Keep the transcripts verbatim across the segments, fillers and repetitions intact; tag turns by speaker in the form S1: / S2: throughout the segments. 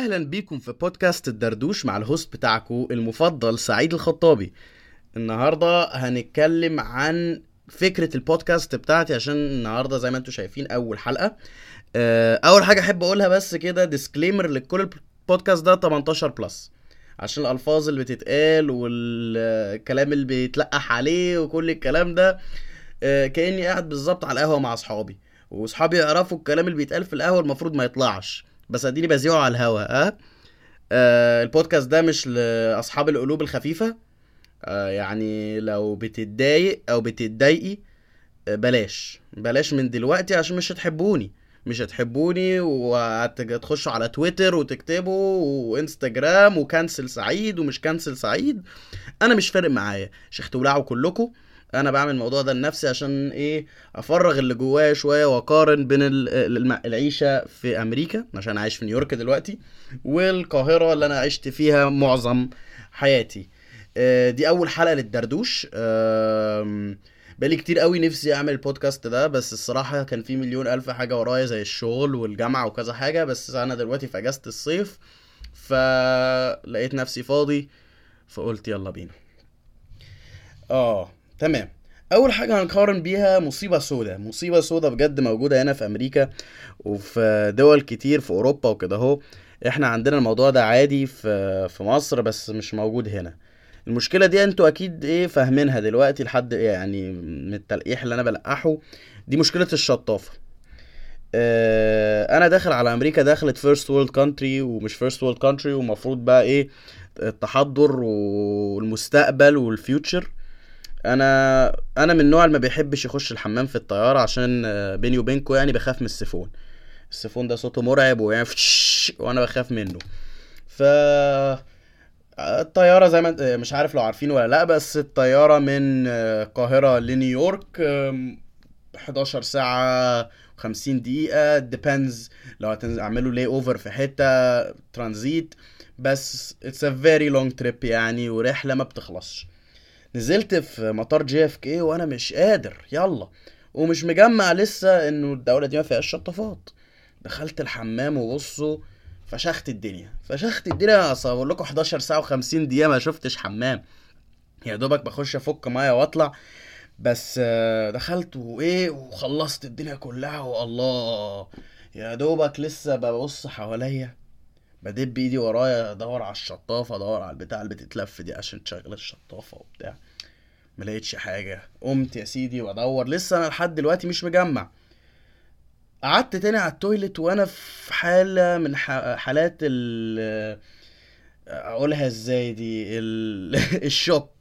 S1: اهلا بيكم في بودكاست الدردوش مع الهوست بتاعكم المفضل سعيد الخطابي. النهارده هنتكلم عن فكرة البودكاست بتاعتي، عشان النهارده زي ما انتم شايفين اول حلقة. اول حاجة احب اقولها بس كده ديسكليمر لكل البودكاست ده تمنتاشر بلس، عشان الالفاظ اللي بتتقال والكلام اللي بيتلقح عليه وكل الكلام ده. كأني قاعد بالظبط على القهوة مع اصحابي، واصحابي يعرفوا الكلام اللي بيتقال في القهوة المفروض ما يطلعش، بس اديني بذيعه على الهوا. اه آه، البودكاست ده مش لاصحاب القلوب الخفيفة. آه يعني لو بتتضايق او بتتضايقي، آه بلاش بلاش من دلوقتي، عشان مش هتحبوني مش هتحبوني وهتخشوا على تويتر وتكتبوا وانستجرام وكانسل سعيد ومش كانسل سعيد. انا مش فارق معايا، شيخ تولعوا كلكم. انا بعمل الموضوع ده لنفسي عشان ايه؟ افرغ اللي جوايا شويه واقارن بين العيشه في امريكا، عشان عايش في نيويورك دلوقتي، والقاهره اللي انا عشت فيها معظم حياتي. دي اول حلقه للدردوش. بقالي كتير قوي نفسي اعمل البودكاست ده، بس الصراحه كان في مليون الف حاجه ورايا زي الشغل والجامعه وكذا حاجه، بس انا دلوقتي في اجازه الصيف فلقيت نفسي فاضي، فقلت يلا بينا. اه تمام. اول حاجه هنقارن بيها مصيبه سودة مصيبه سودة بجد موجوده هنا في امريكا وفي دول كتير في اوروبا وكده اهو. احنا عندنا الموضوع ده عادي في في مصر، بس مش موجود هنا. المشكله دي انتوا اكيد ايه فاهمينها دلوقتي لحد إيه يعني من التلقيح اللي انا بلقحه. دي مشكله الشطافه. اه انا داخل على امريكا، داخلت فيرست وورلد كونتري ومش فيرست وورلد كونتري، ومفروض بقى ايه التحضر والمستقبل والفيوتشر. انا انا من النوع اللي ما بيحبش يخش الحمام في الطياره، عشان بيني وبينكم يعني بخاف من السيفون. السيفون ده صوته مرعب ويعني وانا بخاف منه. ف الطياره زي ما انت مش عارف لو عارفين ولا لا، بس الطياره من القاهره لنيويورك حداشر ساعه خمسين دقيقه، depends لو هتعملوا لي اوفر في حته ترانزيت، بس it's a very long trip يعني، ورحله ما بتخلصش. نزلت في مطار جي اف كي وانا مش قادر يلا، ومش مجمع لسه انه الدولة دي ما فيهاش شطافات. دخلت الحمام وبصوا فشخت الدنيا فشخت الدنيا اصور لكم حداشر ساعة وخمسين دقيقة ما شفتش حمام، يا دوبك بخش افك ميه واطلع. بس دخلت وايه وخلصت الدنيا كلها، والله يا دوبك لسه ببص حواليا، بدب بايدي ورايا ادور على الشطافه، ادور على البتاع اللي بتتلف دي عشان تشغل الشطافه وبتاع. ما لقيتش حاجه، قمت يا سيدي وادور، لسه انا لحد دلوقتي مش مجمع. قعدت تاني على التويلت وانا في حاله من حالات ال اقولها ازاي دي الشوك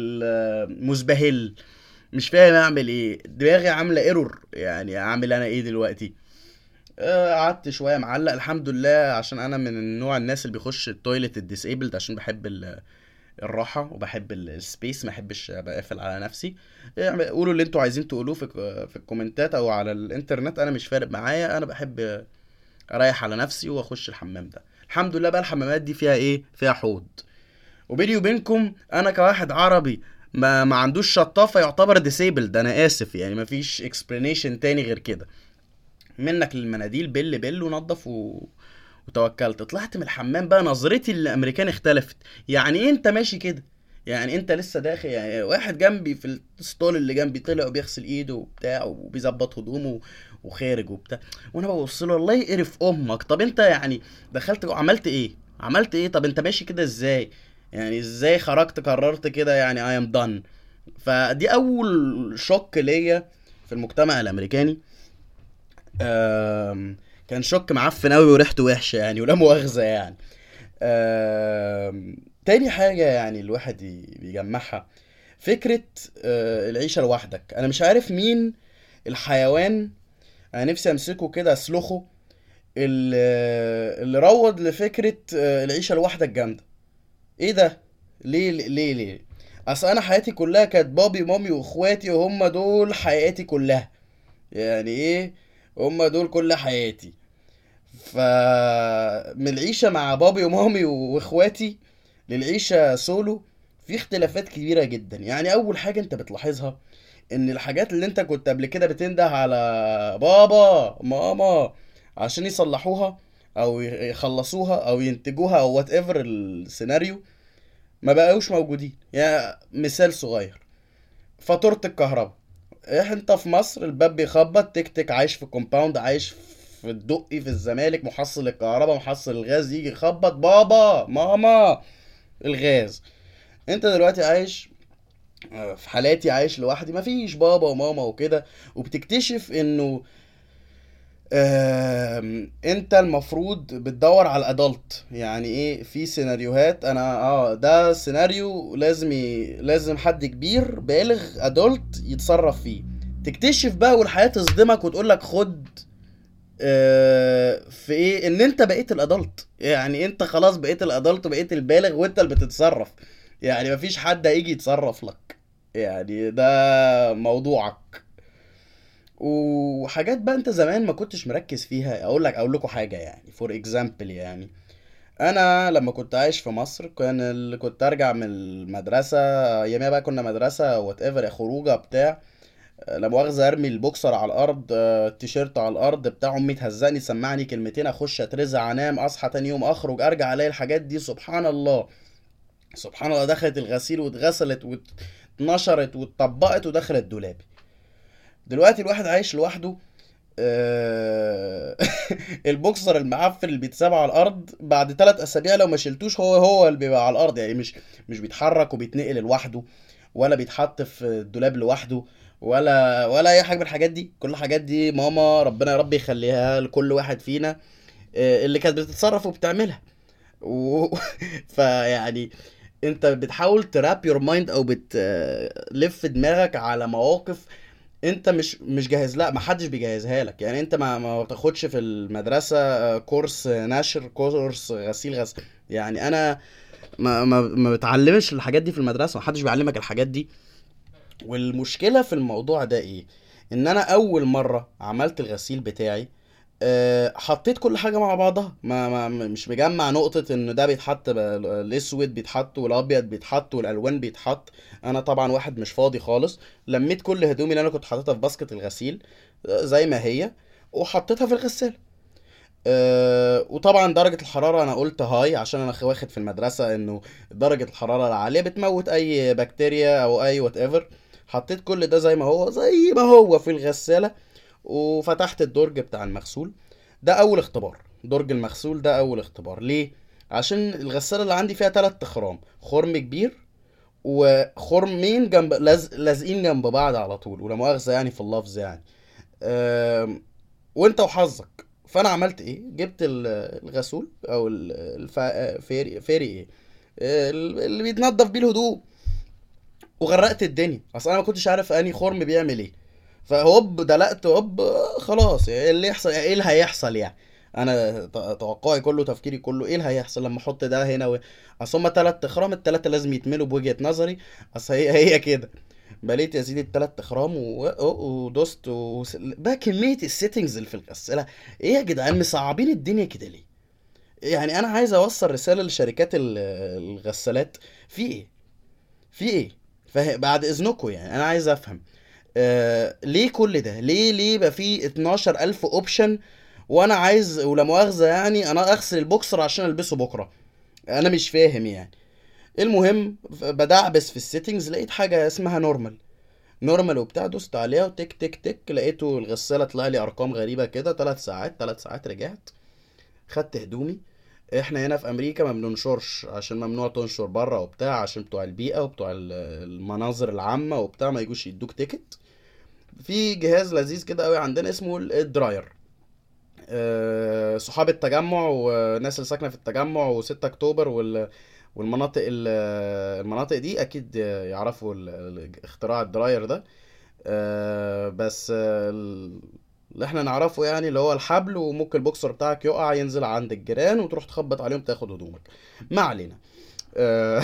S1: المزبهل، مش فاهم اعمل ايه، دماغي عامله ايرور، يعني اعمل انا ايه دلوقتي؟ قعدت شويه معلق، الحمد لله عشان انا من النوع الناس اللي بيخش التويلت الديسيبلد، عشان بحب الراحه وبحب السبيس، ما احبش ابقى قافل على نفسي. يعني قولوا اللي انتوا عايزين تقولوه في في الكومنتات او على الانترنت، انا مش فارق معايا، انا بحب اريح على نفسي واخش الحمام ده. الحمد لله بقى الحمامات دي فيها ايه؟ فيها حوض. وبيني وبينكم انا كواحد عربي ما ما عندوش شطافه يعتبر ديسيبلد، انا اسف يعني، ما فيش اكسبلانيشن تاني غير كده. منك للمناديل بل بل ونضف و... وتوكلت. طلعت من الحمام بقى نظرتي للامريكان اختلفت. يعني ايه انت ماشي كده؟ يعني انت لسه داخل، يعني واحد جنبي في الستول اللي جنبي طلع وبيغسل ايده وبتاع وبيظبط هدومه وخارج وبتاع، وانا ببص له والله يقرف امك. طب انت يعني دخلت وعملت ايه؟ عملت ايه؟ طب انت ماشي كده ازاي؟ يعني ازاي خرجت قررت كده يعني I am done؟ فدي اول شوك ليا في المجتمع الامريكاني. كان شوك معفن قوي وريحته وحشه يعني، ولا مؤاخذه يعني. تاني حاجه يعني الواحد بيجمعها فكره العيشه لوحدك. انا مش عارف مين الحيوان، انا نفسي امسكه كده اسلخه، اللي, اللي روض لفكره العيشه لوحدك جامده. ايه ده؟ ليه ليه ليه؟ اصل انا حياتي كلها كانت بابي ومامي واخواتي، وهم دول حياتي كلها. يعني ايه؟ هم دول كل حياتي. فمن العيشة مع بابي ومامي واخواتي للعيشة سولو في اختلافات كبيرة جدا. يعني اول حاجة انت بتلاحظها ان الحاجات اللي انت كنت قبل كده بتنده على بابا ماما عشان يصلحوها، او يخلصوها او ينتجوها او وات ايفر السيناريو، ما بقاوش موجودين. يعني مثال صغير، فاتورة الكهرباء. إيه، انت في مصر الباب بيخبط تك تك، عايش في كومباوند، عايش في الدقي في الزمالك، محصل الكهرباء محصل الغاز يجي يخبط، بابا ماما الغاز. انت دلوقتي عايش، آه، في حالاتي عايش لوحدي، مفيش بابا وماما وكده، وبتكتشف انه آم، انت المفروض بتدور على الادلت. يعني ايه، في سيناريوهات انا اه ده سيناريو لازم ي... لازم حد كبير بالغ ادلت يتصرف فيه. تكتشف بقى والحياة تصدمك وتقول لك خد، آه، في ايه، ان انت بقيت الادلت. يعني انت خلاص بقيت الادلت، بقيت البالغ وانت اللي بتتصرف. يعني مفيش حد هيجي يتصرف لك، يعني ده موضوعك. وحاجات بقى انت زمان ما كنتش مركز فيها. اقول لك اقول لكم حاجه، يعني فور اكزامبل. يعني انا لما كنت عايش في مصر، كان ال... كنت ارجع من المدرسه، ايامها بقى كنا مدرسه وات ايفر، خروجه بتاع، لا مؤاخذه، ارمي البوكسر على الارض، آه، التيشيرت على الارض بتاع، امي تهزقني تسمعني كلمتين، اخش اترزع انام، اصحى تاني يوم اخرج ارجع الاقي الحاجات دي، سبحان الله سبحان الله، دخلت الغسيل واتغسلت واتنشرت واتطبقت ودخلت دولابي. دلوقتي الواحد عايش لوحده، آه، البوكسر المعفن اللي بيتساب على الارض بعد ثلاث اسابيع لو ما شلتوش، هو هو اللي بيبقى على الارض. يعني مش مش بيتحرك وبيتنقل لوحده، ولا بيتحط في الدولاب لوحده، ولا ولا اي حاجه من الحاجات دي. كل الحاجات دي ماما ربنا يا رب يخليها لكل واحد فينا، آه، اللي كانت بتتصرف وبتعملها. و... فيعني انت بتحاول تراب يور مايند، او بتلف دماغك على مواقف انت مش مش جاهز. لا، ما حدش بيجهزها لك. يعني انت ما ما بتاخدش في المدرسه آه، كورس نشر، كورس غسيل غسل. يعني انا ما ما ما بتعلمش الحاجات دي في المدرسه، ما حدش بيعلمك الحاجات دي. والمشكله في الموضوع ده ايه، ان انا اول مره عملت الغسيل بتاعي، أه حطيت كل حاجه مع بعضها، ما, ما مش مجمع نقطه ان ده بيتحط ب- الاسود بيتحط والابيض بيتحط والالوان بيتحط. انا طبعا واحد مش فاضي خالص، لميت كل هدومي اللي انا كنت حاططها في باسكت الغسيل، آه، زي ما هي، وحطيتها في الغسالة. أه وطبعا درجة الحرارة انا قلت هاي، عشان انا واخد في المدرسة انه درجة الحرارة العالية بتموت اي بكتيريا او اي وات ايفر. حطيت كل ده زي ما هو زي ما هو في الغسالة، وفتحت الدرج بتاع المغسول. ده اول اختبار، درج المغسول ده اول اختبار. ليه؟ عشان الغسالة اللي عندي فيها تلات تخرام، خرم كبير وخرمين جنب لز... لازقين جنب بعض على طول، ولا مؤاخذة يعني في اللفظ يعني. أم... وانت وحظك. فانا عملت ايه، جبت ال- الغسول او ال- الف... فيري فيري ايه، ال- اللي بيتنضف بيه الهدوم، وغرقت الدنيا. اصل انا ما كنتش عارف اني خرم بيعمل ايه. فهوب دلقت هوب، آه، خلاص ايه اللي يحصل، ايه اللي هيحصل يعني. انا ت- توقعي كله تفكيري كله ايه اللي هيحصل لما احط ده هنا و... اصل هما تلات اخرام، التلاتة لازم يتملوا بوجهة نظري. اصل هي هي كده. بليت يا سيدي التلات اخرام و... و- ودوست و... بقى كمية السيتنجز اللي في الغسالة، ايه يا جدعان مصعبين الدنيا كده ليه؟ يعني انا عايز اوصل رسالة لشركات ال- الغسالات، في ايه في ايه فه... بعد اذنكم، يعني انا عايز افهم، آه ليه كل ده، ليه ليه يبقى فيه اتناشر الف اوبشن، وانا عايز ولا مؤاخذة يعني انا اغسل البوكسر عشان البسه بكرة؟ انا مش فاهم يعني. المهم بدعبس في السيتنجز، لقيت حاجة اسمها نورمال. نورمال وبتاع، دوست عليها وتك تك تك، لقيته الغسالة طلع لي ارقام غريبة كده، ثلاث ساعات، ثلاث ساعات رجعت، خدت هدومي. احنا هنا في امريكا ما بننشرش، عشان ممنوع تنشر بره وبتاع، عشان بتوع البيئة وبتوع ال- المناظر العامة وبتاع ما يجوش يدوك تيكت. في جهاز لذيذ كده قوي عندنا اسمه ال- الدراير. أه صحاب التجمع والناس اللي ساكنه في التجمع و6 اكتوبر وال والمناطق ال- المناطق دي اكيد يعرفوا ال- ال- اختراع الدراير ده. أه بس آه، ال- اللي احنا نعرفه يعني اللي هو الحبل، وممكن البوكسر بتاعك يقع ينزل عند الجيران وتروح تخبط عليهم تاخد هدومك. ما علينا. أه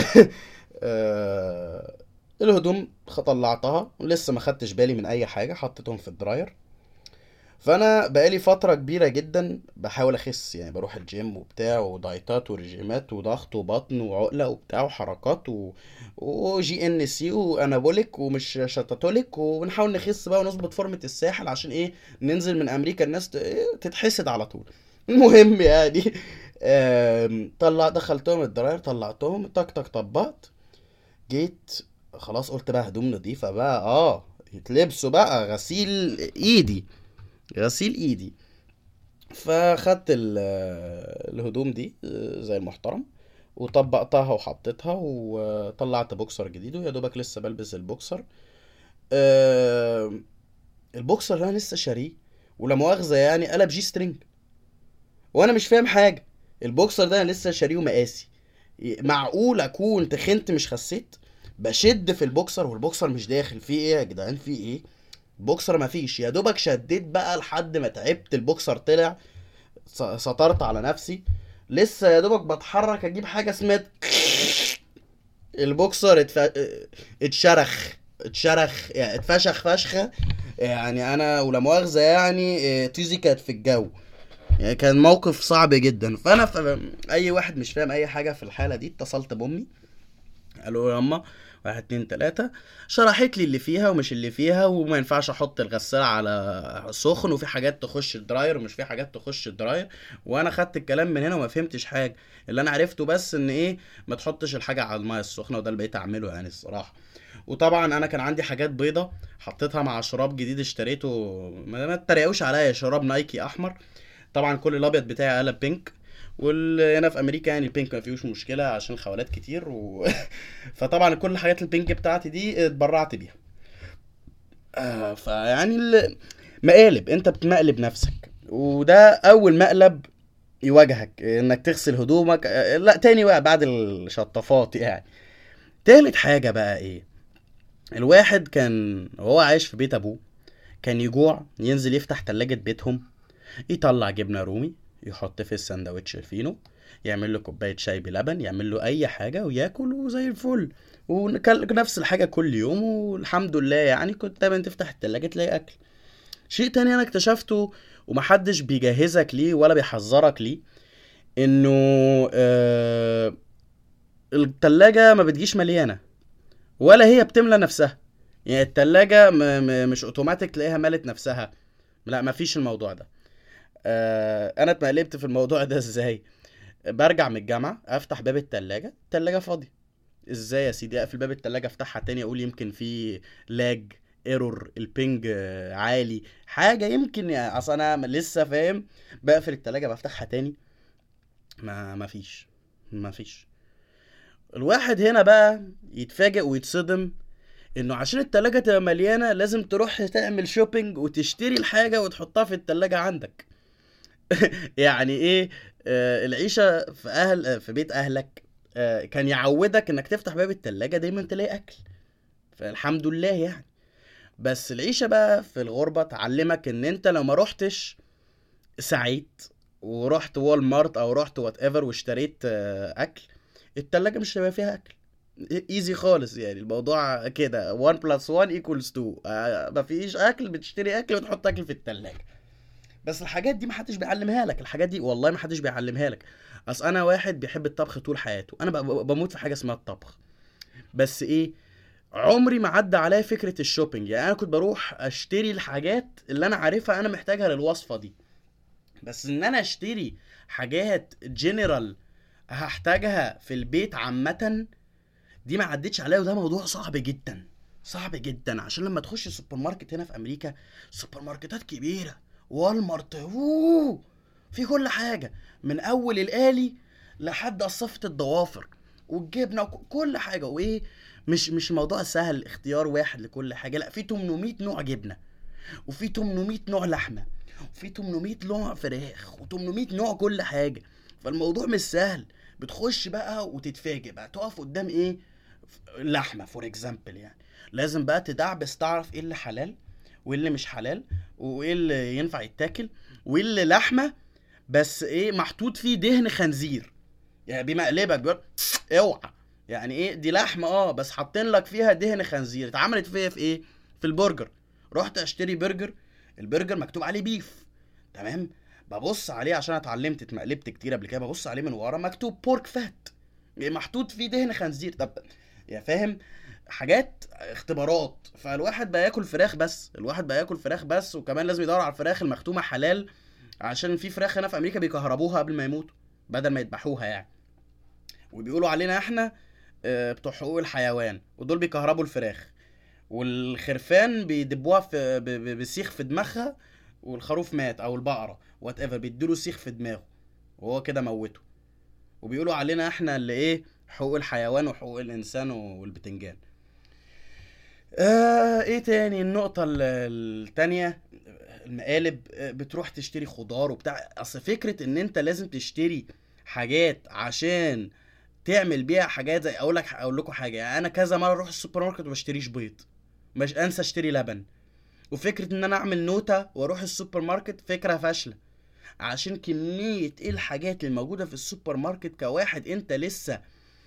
S1: أه الهدوم طلعتها، لسه ما خدتش بالي من اي حاجه، حطيتهم في الدراير. فانا بقالي فتره كبيره جدا بحاول اخس، يعني بروح الجيم وبتاع ودايتات ورجيمات وضغط وبطن وعقله وبتاع وحركات و... وجي ان سي وانابوليك ومش شتاتوليك، وبنحاول نخس بقى ونظبط فورمه الساحل، عشان ايه، ننزل من امريكا الناس ت- إيه، تتحسد على طول. المهم يعني آم، طلع دخلتهم الدراير، طلعتهم تك تك طبقت. جيت خلاص قلت بقى هدوم نضيفة بقى، اه يتلبسوا بقى، غسيل ايدي، غسيل ايدي. فخدت ال- الهدوم دي آه، زي المحترم، وطبقتها وحطيتها، وطلعت بوكسر جديد، ويا دوبك لسه بلبس البوكسر. آه، البوكسر اللي انا لسه شاريه، ولا مؤاخذة يعني قلب جي سترينج، وانا مش فاهم حاجة. البوكسر ده انا لسه شاريه مقاسي، معقول اكون تخنت مش خسيت؟ بشد في البوكسر والبوكسر مش داخل، فيه ايه يا جدعان، فيه ايه؟ بوكسر مفيش، يا دوبك شديت بقى لحد ما تعبت، البوكسر طلع. س- سطرت على نفسي، لسه يا دوبك بتحرك اجيب حاجه سمعت البوكسر اتف... اتشرخ، اتشرخ يعني اتفشخ فشخه. يعني انا ولا مؤاخذه يعني اه، طيزي كانت في الجو. يعني كان موقف صعب جدا. فانا ف... اي واحد مش فاهم اي حاجه في الحاله دي، اتصلت بامي، قالوا يا اما واحد اتنين تلاتة، شرحت لي اللي فيها ومش اللي فيها، وما ينفعش احط الغسالة على سخن، وفي حاجات تخش الدراير ومش في حاجات تخش الدراير. وانا خدت الكلام من هنا وما فهمتش حاجة. اللي انا عرفته بس ان ايه، ما تحطش الحاجة على المية السخنة، وده اللي بقيت اعمله يعني الصراحة. وطبعا انا كان عندي حاجات بيضة حطيتها مع شراب جديد اشتريته، ما ما تتريقوش عليا، شراب نايكي احمر. طبعا كل الابيض بتاعي قلب بينك، وهنا في امريكا يعني البينك ما فيهوش مشكله عشان الخوالات كتير و... فطبعا كل الحاجات البينك بتاعتي دي اتبرعت بيها. آه فيعني ال- مقالب، انت بتمقلب نفسك، وده اول مقلب يواجهك، انك تغسل هدومك. آه لا، تاني بقى بعد الشطافات يعني. تالت حاجه بقى ايه، الواحد كان وهو عايش في بيت ابوه، كان يجوع ينزل يفتح تلاجة بيتهم، يطلع جبنة رومي، يحط في السندوتش الفينو، يعمل له كوباية شاي بلبن، يعمل له أي حاجة وياكل وزي الفل. ونفس الحاجة كل يوم، والحمد لله يعني كنت دايما تفتح التلاجة تلاقي أكل. شيء تاني أنا اكتشفته، ومحدش بيجهزك ليه ولا بيحذرك ليه، إنه آه التلاجة ما بتجيش مليانة، ولا هي بتملى نفسها. يعني التلاجة م م مش اوتوماتيك تلاقيها ملت نفسها، لا مفيش الموضوع ده. آه انا اتمقلبت في الموضوع ده ازاي؟ برجع من الجامعة افتح باب التلاجة، التلاجة فاضية. ازاي يا سيدي؟ اقفل باب التلاجة افتحها تاني، اقول يمكن في لاج، ايرور، البينج آه، عالي، حاجة يمكن يعني، اصل انا لسه فاهم. بقفل التلاجة بفتحها تاني، ما ما فيش، ما فيش. الواحد هنا بقى يتفاجئ ويتصدم، انه عشان التلاجة تبقى مليانة لازم تروح تعمل شوبينج وتشتري الحاجة وتحطها في التلاجة عندك. يعني ايه؟ آه العيشة في اهل آه، في بيت اهلك آه كان يعودك انك تفتح باب التلاجة دايما تلاقي اكل، فالحمد لله يعني. بس العيشة بقى في الغربة تعلمك ان انت لو ما روحتش سعيد، ورحت وول مارت او رحت وات ايفر واشتريت آه اكل، التلاجة مش هيبقى فيها اكل. ايزي خالص يعني الموضوع كده، واحد بلس واحد equals اتنين. آه مفيش اكل، بتشتري اكل وتحط اكل في التلاجة. بس الحاجات دي محدش بيعلمها لك، الحاجات دي والله محدش بيعلمها لك. اصل انا واحد بيحب الطبخ طول حياته، انا ب- ب- بموت في حاجه اسمها الطبخ. بس ايه، عمري ما عدى عليا فكره الشوبينج. يعني انا كنت بروح اشتري الحاجات اللي انا عارفها انا محتاجها للوصفه دي، بس ان انا اشتري حاجات جنرال هحتاجها في البيت عامه، دي ما عدتش عليا. وده موضوع صعب جدا، صعب جدا. عشان لما تخش السوبر ماركت هنا في امريكا، سوبر ماركتات كبيره، والمارت، اوه، في كل حاجه، من اول الالي لحد قصافه الضوافر والجبنه وكل حاجه. وايه، مش مش موضوع سهل اختيار واحد لكل حاجه، لا، في تمنمية نوع جبنه، وفي تمنمية نوع لحمه، وفي تمنمية نوع فراخ، و800 نوع كل حاجه. فالموضوع مش سهل. بتخش بقى وتتفاجئ بقى، تقف قدام ايه، لحمه فور اكزامبل يعني، لازم بقى تدعبس تعرف ايه اللي حلال وايه اللي مش حلال، وايه اللي ينفع يتاكل، وايه اللي لحمه بس ايه محطوط فيه دهن خنزير. يعني بمقلبك بيقول اوعى، يعني ايه دي لحمه اه بس حاطين لك فيها دهن خنزير. اتعملت فيها في ايه؟ في البرجر. رحت اشتري برجر، البرجر مكتوب عليه بيف، تمام، ببص عليه عشان اتعلمت اتمقلبت كتير قبل كده، ببص عليه من ورا مكتوب بورك فات، محطوط فيه دهن خنزير. طب يا فاهم، حاجات اختبارات. فالواحد بقى ياكل فراخ بس، الواحد بقى ياكل فراخ بس، وكمان لازم يدور على الفراخ المختومه حلال عشان في فراخ هنا في امريكا بيكهربوها قبل ما يموتوا بدل ما يذبحوها يعني. وبيقولوا علينا احنا آه، بتوع حقوق الحيوان، ودول بيكهربوا الفراخ. والخرفان بيدبوها في ب- ب- بسيخ في دماغها، والخروف مات او البقره وات ايفر بيديله سيخ في دماغه وهو كده موته. وبيقولوا علينا احنا اللي ايه، حقوق الحيوان وحقوق الانسان والبتنجان. آه ايه تاني النقطة ال- التانية، المقالب. آه، بتروح تشتري خضار وبتاع. اصل فكرة ان انت لازم تشتري حاجات عشان تعمل بيها حاجات، زي اقول لك اقول لكم حاجة، يعني انا كذا مرة اروح السوبر ماركت وما اشتريش بيض، مش انسى اشتري لبن. وفكرة ان انا اعمل نوتة واروح السوبر ماركت فكرة فاشلة، عشان كمية ايه الحاجات اللي موجودة في السوبر ماركت. كواحد انت لسه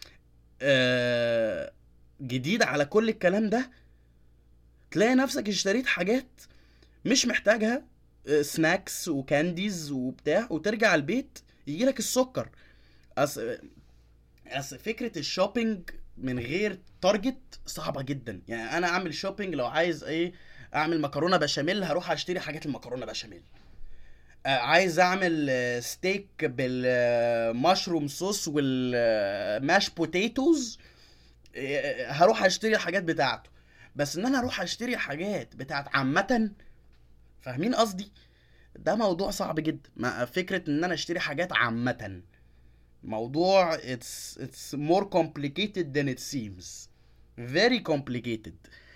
S1: آه جديد على كل الكلام ده، تلاقي نفسك اشتريت حاجات مش محتاجها، آه، سناكس وكانديز وبتاع، وترجع البيت يجيلك السكر. اصل اصل فكرة الشوبينج من غير تارجت صعبة جدا. يعني انا اعمل شوبينج لو عايز ايه، اعمل مكرونة بشاميل هروح اشتري حاجات المكرونة بشاميل. آه، عايز اعمل آه، ستيك بالمشروم صوص والماش بوتيتوز، آه، هروح اشتري الحاجات بتاعته. بس ان انا اروح اشتري حاجات بتاعت عامة، فاهمين قصدي؟ ده موضوع صعب جدا. ما فكرة ان انا اشتري حاجات عامة، موضوع it's it's more complicated than it seems, very complicated.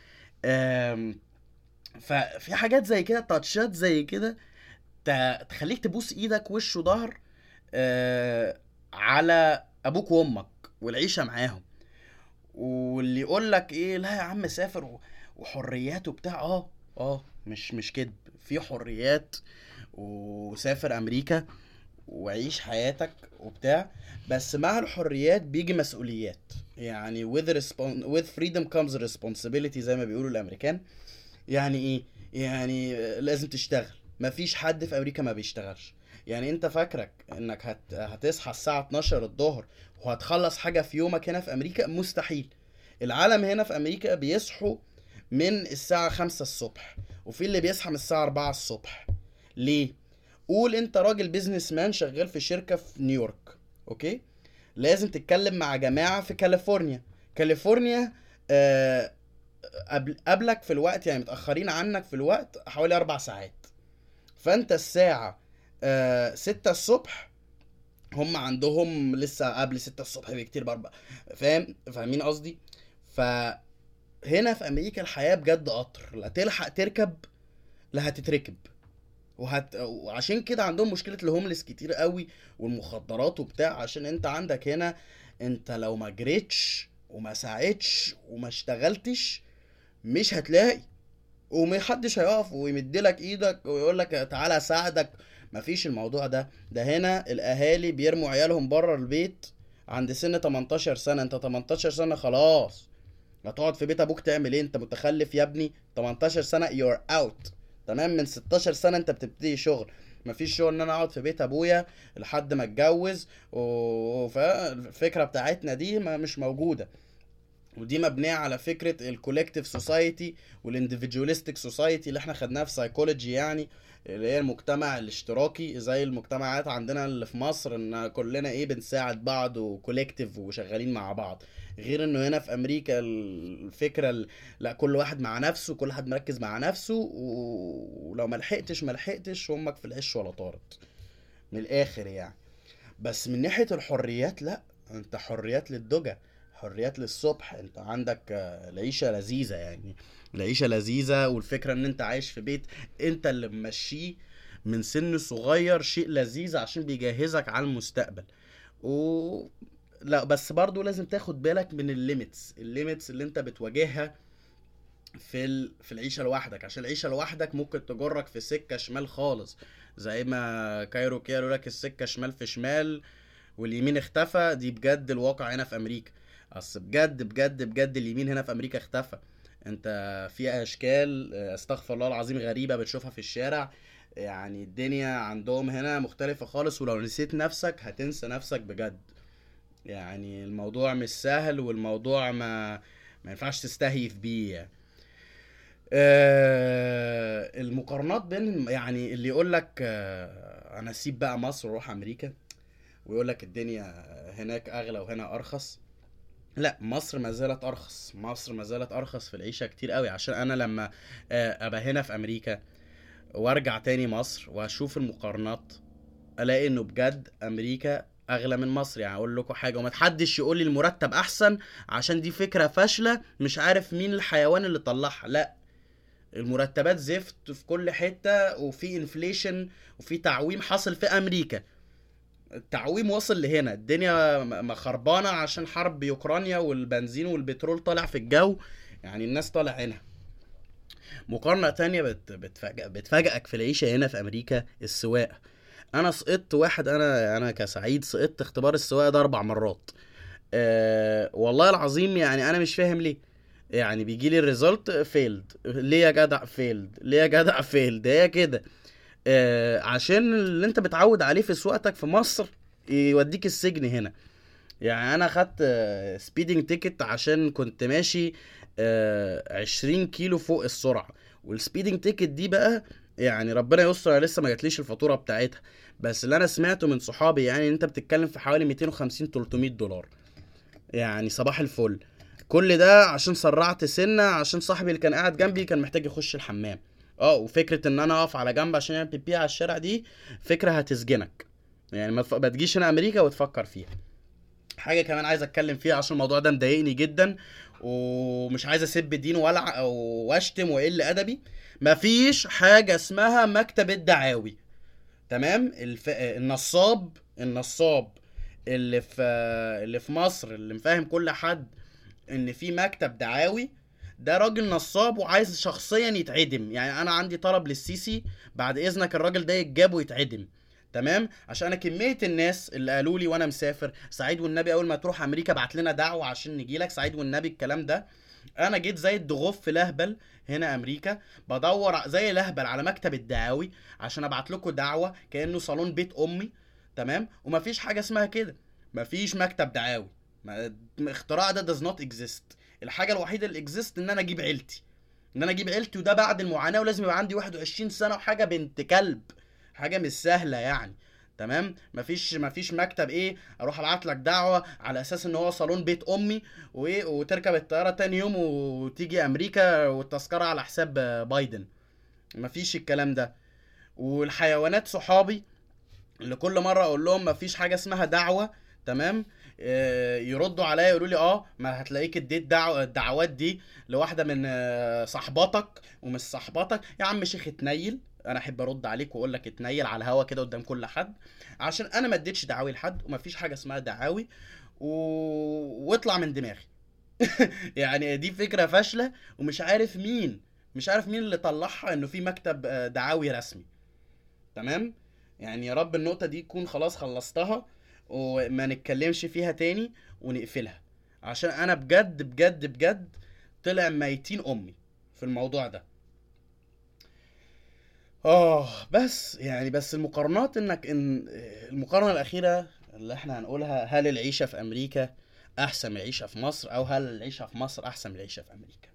S1: أم ففي حاجات زي كده، تاتشات زي كده، ت- تخليك تبوس ايدك وش وظهر أه على ابوك وامك والعيشة معاهم. واللي يقول لك ايه، لا يا عم سافر و- وحريات وبتاع، اه اه مش مش كده، في حريات، وسافر امريكا وعيش حياتك وبتاع. بس مع الحريات بيجي مسؤوليات. يعني with respon- with freedom comes responsibility زي ما بيقولوا الامريكان. يعني ايه؟ يعني لازم تشتغل. مفيش حد في امريكا ما بيشتغلش. يعني انت فاكرك انك هت... هتصحى الساعة اتناشر الظهر وهتخلص حاجة في يومك هنا في امريكا؟ مستحيل. العالم هنا في امريكا بيصحوا من الساعة خمسة الصبح، وفي اللي بيصحى من الساعة اربعة الصبح. ليه؟ قول انت راجل بيزنس مان شغال في شركة في نيويورك، اوكي، لازم تتكلم مع جماعة في كاليفورنيا. كاليفورنيا آه قبل قبلك في الوقت، يعني متأخرين عنك في الوقت حوالي اربع ساعات. فانت الساعة آه ستة الصبح، هم عندهم لسه قبل ستة الصبح بكتير باربع. فاهم؟ فاهمين قصدي؟ فهنا في امريكا الحياة بجد قطر، لا تلحق تركب لا هتتركب. وهت... وعشان كده عندهم مشكلة الهوملس كتير قوي والمخدرات وبتاع. عشان انت عندك هنا، انت لو ما جريتش وما ساعدتش وما اشتغلتش مش هتلاقي. ومحدش هيقف ويمدلك ايدك ويقولك تعالى اساعدك. مفيش الموضوع ده. ده هنا الاهالي بيرموا عيالهم بره البيت عند سن تمنتاشر سنة. انت تمنتاشر سنة خلاص، هتقعد في بيت ابوك تعمل ايه؟ انت متخلف يا ابني. تمنتاشر سنة you're out. تمام؟ من ستاشر سنة انت بتبتدي شغل. مفيش شغل ان انا اقعد في بيت ابويا لحد ما اتجوز. والفكرة بتاعتنا دي ما مش موجودة. ودي مبنيه على فكره الكولكتيف سوسايتي والانديفيدواليستيك سوسايتي اللي احنا خدناها في سايكولوجي، يعني اللي هي المجتمع الاشتراكي زي المجتمعات عندنا اللي في مصر، ان كلنا ايه بنساعد بعض وكولكتيف وشغالين مع بعض. غير انه هنا في امريكا الفكره ال- لا، كل واحد مع نفسه، كل واحد مركز مع نفسه، و- ولو ما لحقتش ما لحقتش امك في العش ولا طارت، من الاخر يعني. بس من ناحية الحريات لا، انت حريات للدجى، حريات للصبح. انت عندك آه، العيشة لذيذة يعني، العيشة لذيذة. والفكرة ان انت عايش في بيت انت اللي ممشيه من سن صغير، شيء لذيذ عشان بيجهزك على المستقبل. و لا بس برضو لازم تاخد بالك من الليميتس الليميتس اللي انت بتواجهها في ال... في العيشه لوحدك. عشان العيشه لوحدك ممكن تجرك في سكه شمال خالص، زي ما كايرو كده يقول لك السكه شمال في شمال واليمين اختفى. دي بجد الواقع هنا في امريكا. اصل بجد بجد بجد اليمين هنا في امريكا اختفى. انت في اشكال آه، استغفر الله العظيم غريبه بتشوفها في الشارع. يعني الدنيا عندهم هنا مختلفه خالص، ولو نسيت نفسك هتنسى نفسك بجد. يعني الموضوع مش سهل، والموضوع ما ما ينفعش تستهيف بيه يعني. آه المقارنات بين، يعني اللي يقول لك آه انا اسيب بقى مصر واروح امريكا، ويقول لك الدنيا هناك اغلى وهنا ارخص. لا، مصر ما زالت ارخص، مصر ما زالت ارخص في العيشه كتير قوي. عشان انا لما آه، ابقى هنا في امريكا وارجع تاني مصر واشوف المقارنات، الاقي انه بجد امريكا اغلى من مصر. يعني اقول لكم حاجه، وما تحدش يقول لي المرتب احسن، عشان دي فكره فاشله مش عارف مين الحيوان اللي طلعها. لا، المرتبات زفت في كل حته، وفي انفليشن وفي تعويم حاصل في امريكا. التعويم وصل لهنا، الدنيا م- م- خربانه عشان حرب اوكرانيا، والبنزين والبترول طالع في الجو، يعني الناس طالع هنا. مقارنه تانية بت بتفاجئ بتفاجئك في العيشه هنا في امريكا، السواقه. انا سقطت واحد، انا انا كسعيد سقطت اختبار السواقه ده اربع مرات. أه والله العظيم، يعني انا مش فاهم ليه. يعني بيجي لي الريزلت فيلد، ليه يا جدع فيلد، ليه يا جدع فيلد، هي كده. أه عشان اللي انت متعود عليه في سواقتك في مصر يوديك السجن هنا. يعني انا خدت سبيدنج تيكت عشان كنت ماشي آه، عشرين كيلو فوق السرعة. والسبيدنج تيكت دي بقى، يعني ربنا يستر، انا لسه ما جاتليش الفاتورة بتاعتها. بس اللي انا سمعته من صحابي، يعني انت بتتكلم في حوالي ميتين وخمسين تلتمية دولار. يعني صباح الفل. كل ده عشان سرعت سنة، عشان صاحبي اللي كان قاعد جنبي كان محتاج يخش الحمام. اه وفكرة ان انا اقف على جنب عشان اعمل بيبي على الشارع، دي فكرة هتسجنك. يعني ما تف- ما تجيش هنا امريكا وتفكر فيها. حاجه كمان عايز اتكلم فيها عشان الموضوع ده مضايقني جدا، ومش عايز اسب الدين ولا او واشتم واقل ادبي. مفيش حاجه اسمها مكتب الدعاوي. تمام؟ الف... النصاب النصاب اللي في اللي في مصر، اللي مفهم كل حد ان في مكتب دعاوي، ده راجل نصاب وعايز شخصيا يتعدم. يعني انا عندي طلب للسيسي، بعد اذنك الراجل ده يتجاب ويتعدم. تمام؟ عشان انا كميه الناس اللي قالوا لي وانا مسافر، سعيد والنبي اول ما تروح امريكا ابعت لنا دعوه عشان نجي لك، سعيد والنبي الكلام ده. انا جيت زي الدغوف في لهبل هنا امريكا، بدور زي لهبل على مكتب الدعاوي عشان ابعت لكم دعوه كانه صالون بيت امي. تمام؟ ومفيش حاجه اسمها كده، مفيش مكتب دعاوي. ما اختراع ده does not exist. الحاجه الوحيده اللي exist ان انا اجيب عيلتي، ان انا اجيب عيلتي، وده بعد المعاناه، ولازم يبقى عندي واحد وعشرين سنه وحاجه بنت كلب. حاجه مش سهله يعني. تمام؟ مفيش مفيش مكتب ايه اروح ابعت لك دعوه على اساس ان هو صالون بيت امي، وايه، وتركب الطياره تاني يوم وتيجي امريكا والتذكره على حساب بايدن. مفيش الكلام ده. والحيوانات صحابي اللي كل مره اقول لهم مفيش حاجه اسمها دعوه، تمام، آه، يردوا عليا يقولوا لي اه ما هتلاقيك اديت دعوة الدعوات دي لواحده من آه، صاحباتك ومش صاحباتك. يا عم شيخ اتنيل، انا احب ارد عليك واقول لك اتنيل على الهوا كده قدام كل حد، عشان انا ما اديتش دعاوي لحد، ومفيش حاجه اسمها دعاوي و... واطلع من دماغي. يعني دي فكره فاشله، ومش عارف مين مش عارف مين اللي طلعها انه في مكتب آه، دعاوي رسمي. تمام؟ يعني يا رب النقطة دي تكون خلاص خلصتها وما نتكلمش فيها تاني ونقفلها، عشان انا بجد بجد بجد طلع ميتين امي في الموضوع ده. اه بس يعني بس المقارنات، انك ان المقارنة الاخيرة اللي احنا هنقولها، هل العيشة في امريكا احسن من العيشة في مصر، او هل العيشة في مصر احسن من العيشة في امريكا؟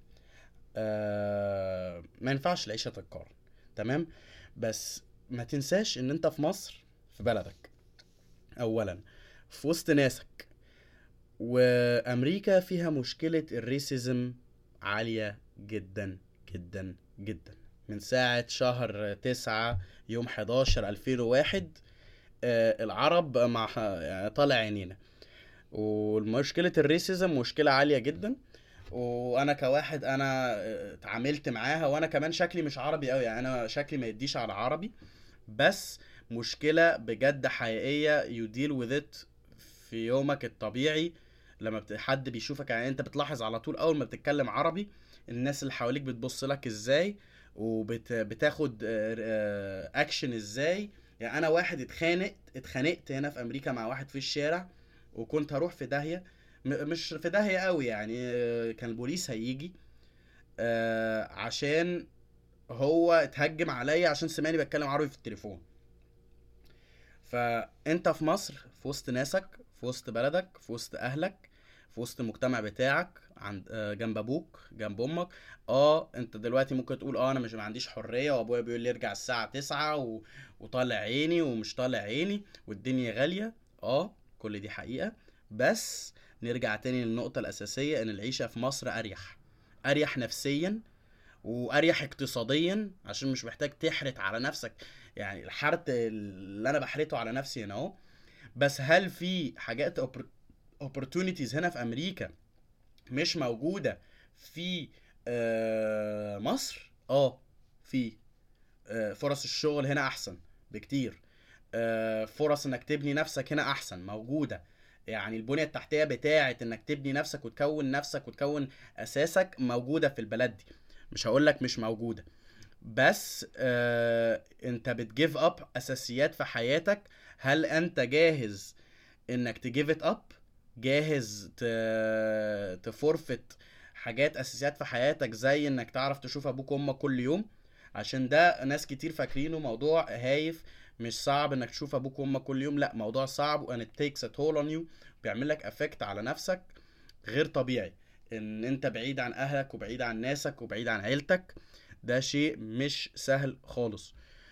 S1: آه ما ينفعش العيشة تتقارن. تمام؟ بس ما تنساش ان انت في مصر، في بلدك اولا، في وسط ناسك. وامريكا فيها مشكلة الريسيزم عالية جدا جدا جدا. من ساعة شهر تسعة يوم حداشر الفين وواحد، آه العرب مع يعني طالع عينينا. ومشكلة الريسيزم مشكلة عالية جدا. وانا كواحد انا آه، اتعاملت معاها، وانا كمان شكلي مش عربي قوي، يعني انا شكلي ما يديش على عربي. بس مشكلة بجد حقيقية you deal with it في يومك الطبيعي. لما بت- حد بيشوفك، يعني انت بتلاحظ على طول اول ما بتتكلم عربي الناس اللي حواليك بتبص لك ازاي، وبتاخد اكشن ازاي. يعني انا واحد اتخانقت اتخانقت هنا في امريكا مع واحد في الشارع، وكنت هروح في داهية. م- مش في داهية قوي يعني، آه، كان البوليس هيجي آه، عشان هو اتهجم عليا عشان سمعني بتكلم عربي في التليفون. فانت في مصر، في وسط ناسك، في وسط بلدك، في وسط اهلك، في وسط المجتمع بتاعك، عند آه، جنب ابوك جنب امك. اه انت دلوقتي ممكن تقول اه انا مش ما عنديش حريه، وابويا بيقول لي ارجع الساعه تسعة و... وطالع عيني ومش طالع عيني والدنيا غاليه. اه كل دي حقيقه، بس نرجع تاني للنقطه الاساسيه، ان العيشه في مصر اريح، اريح نفسيا واريح اقتصاديا، عشان مش محتاج تحرت على نفسك. يعني الحرت اللي انا بحرته على نفسي هنا اهو. بس هل في حاجات opportunities هنا في امريكا مش موجودة في آه، مصر؟ اه في. آه، فرص الشغل هنا احسن بكتير. آه، فرص انك تبني نفسك هنا احسن موجودة. يعني البنية التحتية بتاعة انك تبني نفسك وتكون نفسك وتكون اساسك موجودة في البلد دي، مش هقولك مش موجودة. بس آه انت بتجيف اب اساسيات في حياتك. هل انت جاهز انك تجيف ات اب؟ جاهز تفورفت حاجات اساسيات في حياتك، زي انك تعرف تشوف ابوك وامك كل يوم؟ عشان ده ناس كتير فاكرينه موضوع هايف. مش صعب انك تشوف ابوك وامك كل يوم، لا موضوع صعب and it takes a toll on you. بيعمل لك افكت على نفسك غير طبيعي، ان انت بعيد عن اهلك وبعيد عن ناسك وبعيد عن عيلتك. ده شيء مش سهل خالص.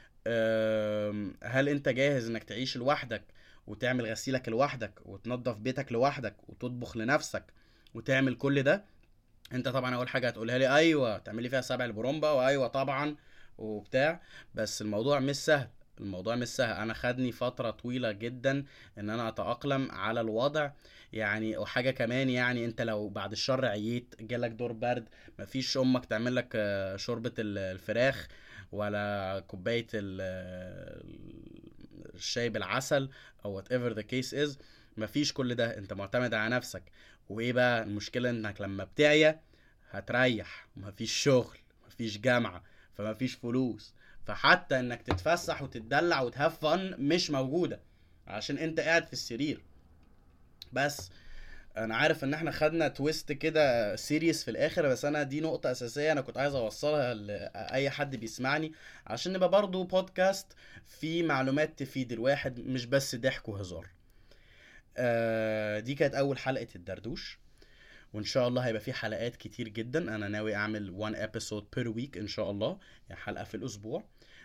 S1: أم، هل انت جاهز انك تعيش لوحدك وتعمل غسيلك لوحدك وتنظف بيتك لوحدك وتطبخ لنفسك وتعمل كل ده؟ انت طبعا اول حاجه هتقولها لي ايوه تعملي فيها سبع البرومبا، وايوه طبعا وبتاع. بس الموضوع مش سهل، الموضوع مش سهل. انا خدني فتره طويله جدا ان انا اتاقلم على الوضع. يعني وحاجه كمان، يعني انت لو بعد الشر عييت جالك دور برد، مفيش امك تعمل لك آه، شوربه ال- الفراخ، ولا كوبايه ال- ال- الشاي بالعسل، او وات ايفر ذا كيس از. مفيش كل ده، انت معتمد على نفسك. وايه بقى المشكله؟ انك لما بتعيا هتريح، مفيش شغل، مفيش جامعه، فمفيش فلوس. فحتى انك تتفسح وتتدلع وتهاف فن مش موجوده، عشان انت قاعد في السرير بس. انا عارف ان احنا خدنا تويست كده سيريس في الاخر، بس انا دي نقطة اساسية انا كنت عايز اوصلها لاي حد بيسمعني، عشان نبقى برضو بودكاست فيه معلومات تفيد الواحد، مش بس ضحك وهزار. آه دي كانت اول حلقة الدردوش، وان شاء الله هيبقى في حلقات كتير جدا. انا ناوي اعمل one episode per week ان شاء الله، يعني حلقة في الاسبوع.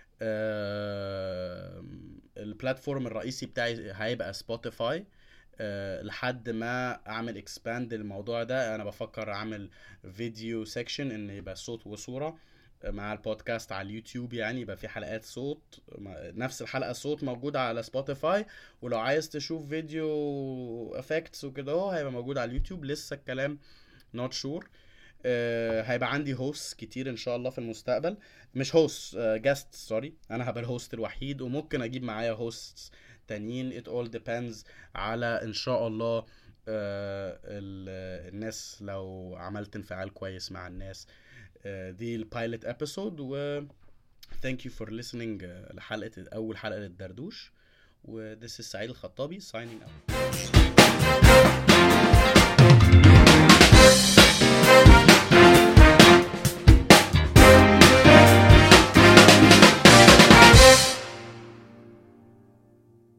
S1: آه البلاتفورم الرئيسي بتاعي هيبقى سبوتيفاي. أه لحد ما اعمل اكسباند الموضوع ده، انا بفكر اعمل فيديو سيكشن ان يبقى صوت وصورة مع البودكاست على اليوتيوب. يعني يبقى في حلقات صوت، نفس الحلقة صوت موجودة على سبوتيفاي، ولو عايز تشوف فيديو افكتس وكده هو هيبقى موجود على اليوتيوب. لسه الكلام not sure. أه هيبقى عندي هوست كتير ان شاء الله في المستقبل. مش هوست، جاست سوري، انا هبقى الهوست الوحيد، وممكن اجيب معايا هوستس تانيين. it all depends على ان شاء الله آه الناس، لو عملت انفعال كويس مع الناس. آه دي البايلوت ابيسود، و thank you for listening آه لحلقة اول حلقة للدردوش. و this is سعيد الخطابي signing out.